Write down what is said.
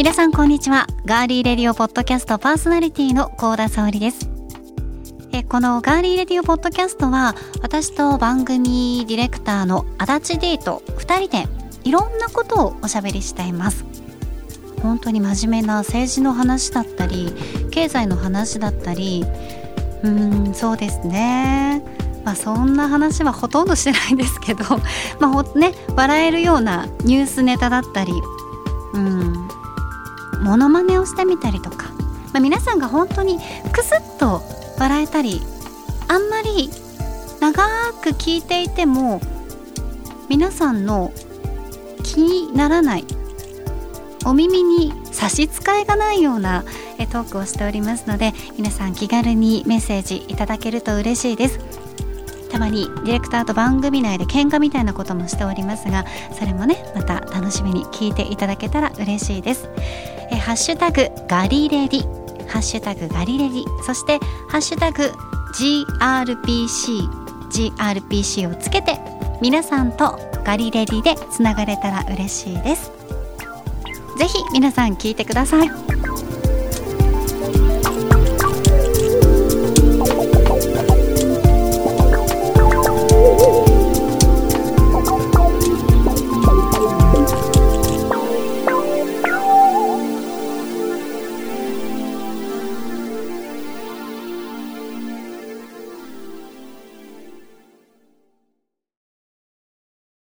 皆さんこんにちは。ガーリーレディオポッドキャストパーソナリティの高田沙織です。このガーリーレディオポッドキャストは、私と番組ディレクターの足立デート2人でいろんなことをおしゃべりしています。本当に真面目な政治の話だったり、経済の話だったり、そうですね、そんな話はほとんどしてないんですけど笑えるようなニュースネタだったり、モノマネをしてみたりとか、皆さんが本当にクスッと笑えたり、あんまり長く聞いていても皆さんの気にならない、お耳に差し支えがないようなトークをしておりますので、皆さん気軽にメッセージいただけると嬉しいです。たまにディレクターと番組内で喧嘩みたいなこともしておりますが、それもね、また楽しみに聞いていただけたら嬉しいです。ハッシュタグガリレディ、ハッシュタグガリレディ、そしてハッシュタグ GRPC をつけて皆さんとガリレディでつながれたら嬉しいです。ぜひ皆さん聞いてください。